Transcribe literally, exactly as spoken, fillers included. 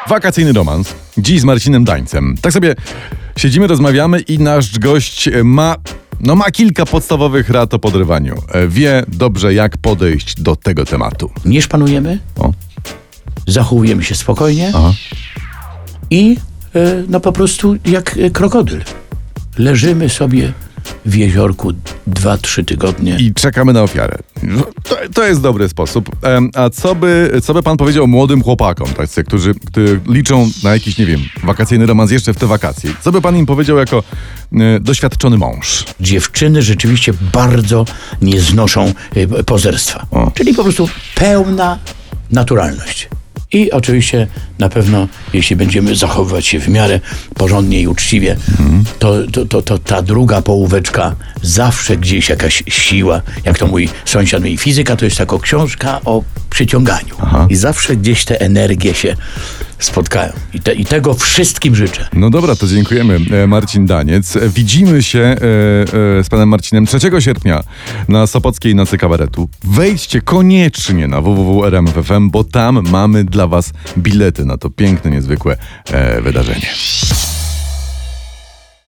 Wakacyjny romans. Dziś z Marcinem Dańcem. Tak sobie siedzimy, rozmawiamy i nasz gość ma... No ma kilka podstawowych rad o podrywaniu. Wie dobrze, jak podejść do tego tematu. Nie szpanujemy, O. zachowujemy się spokojnie Aha. i e, no po prostu jak e, krokodyl. Leżymy sobie w jeziorku dwa, trzy tygodnie. I czekamy na ofiarę. To, to jest dobry sposób. Em, A co by, co by pan powiedział młodym chłopakom, tacy, którzy, którzy liczą na jakiś, nie wiem, wakacyjny romans jeszcze w te wakacje? Co by pan im powiedział jako e, doświadczony mąż? Dziewczyny rzeczywiście bardzo nie znoszą e, pozerstwa. O. Czyli po prostu pełna naturalność. I oczywiście na pewno, jeśli będziemy zachowywać się w miarę porządnie i uczciwie, Mhm. to, to, to, to ta druga połóweczka zawsze gdzieś jakaś siła, jak to mój sąsiad mówi, fizyka to jest taka książka o przyciąganiu. Aha. I zawsze gdzieś te energie się spotkają. I, te, I tego wszystkim życzę. No dobra, to dziękujemy. E, Marcin Daniec. E, Widzimy się e, e, z panem Marcinem trzeciego sierpnia na Sopockiej Nocy Kabaretu. Wejdźcie koniecznie na w w w kropka r m f f m, bo tam mamy dla was bilety na to piękne, niezwykłe e, wydarzenie.